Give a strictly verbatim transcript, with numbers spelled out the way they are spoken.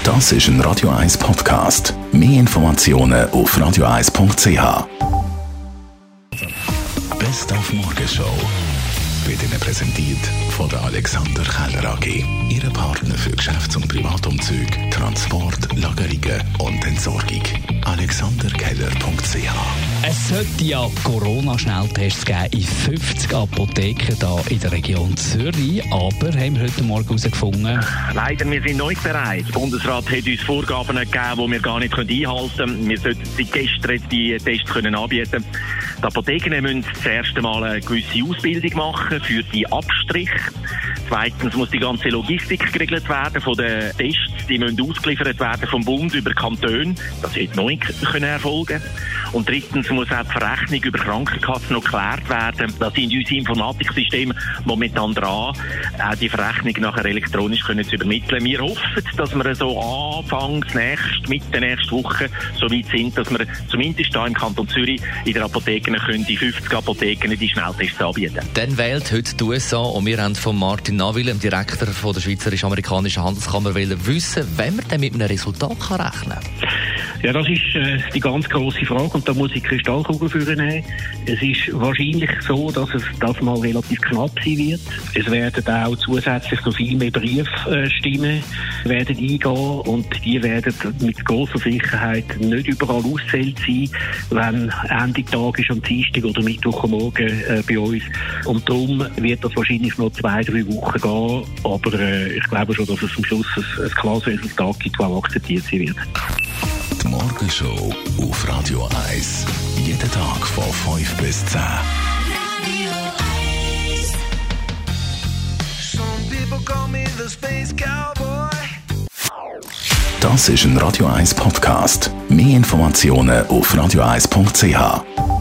Das ist ein Radio eins Podcast. Mehr Informationen auf radio eins punkt c h. Best auf Morgenshow wird Ihnen präsentiert von der Alexander Keller A G. Ihre Partner für Geschäfts- und Privatumzüge, Transport, Lagerungen und Entsorgung. alexander keller punkt c h. Es sollte ja Corona-Schnelltests geben in fünfzig Apotheken hier in der Region Zürich. Aber haben wir heute Morgen herausgefunden? Leider, wir sind noch nicht bereit. Der Bundesrat hat uns Vorgaben gegeben, die wir gar nicht einhalten können. Wir sollten seit gestern die Tests können anbieten. Die Apotheken müssen das erste Mal eine gewisse Ausbildung machen für die Abstrich. Zweitens muss die ganze Logistik geregelt werden von den Tests. Die müssen ausgeliefert werden vom Bund über Kantone. Das hätte noch nicht können erfolgen. Und drittens muss auch die Verrechnung über Krankenkassen noch geklärt werden. Da sind unsere Informatiksysteme momentan dran, auch die Verrechnung nachher elektronisch können zu übermitteln. Wir hoffen, dass wir so anfangs nächst, Mitte nächste Woche so weit sind, dass wir zumindest hier im Kanton Zürich in der Apotheken können, die fünfzig Apotheken die Schnelltests anbieten. Dann wählt heute die U S A und wir haben von Martin Naville, dem Direktor von der Schweizerisch-Amerikanischen Handelskammer, wissen, wenn man dann mit einem Resultat kann rechnen kann. Ja, das ist äh, die ganz grosse Frage und da muss ich die Kristallkugel für nehmen. Es ist wahrscheinlich so, dass es das mal relativ knapp sein wird. Es werden auch zusätzlich noch viel mehr Briefstimmen äh, werden eingehen und die werden mit grosser Sicherheit nicht überall auszählt sein, wenn Ende Tag ist am Dienstag oder Mittwochmorgen äh, bei uns. Und darum wird das wahrscheinlich noch zwei, drei Wochen gehen, aber äh, ich glaube schon, dass es am Schluss ein, ein klares Resultat gibt, das auch akzeptiert sein wird. Die Morgenshow auf Radio eins. Jeden Tag von fünf bis zehn. Radio eins. Some people call me the Space Cowboy. Das ist ein Radio eins Podcast. Mehr Informationen auf radio eins punkt c h.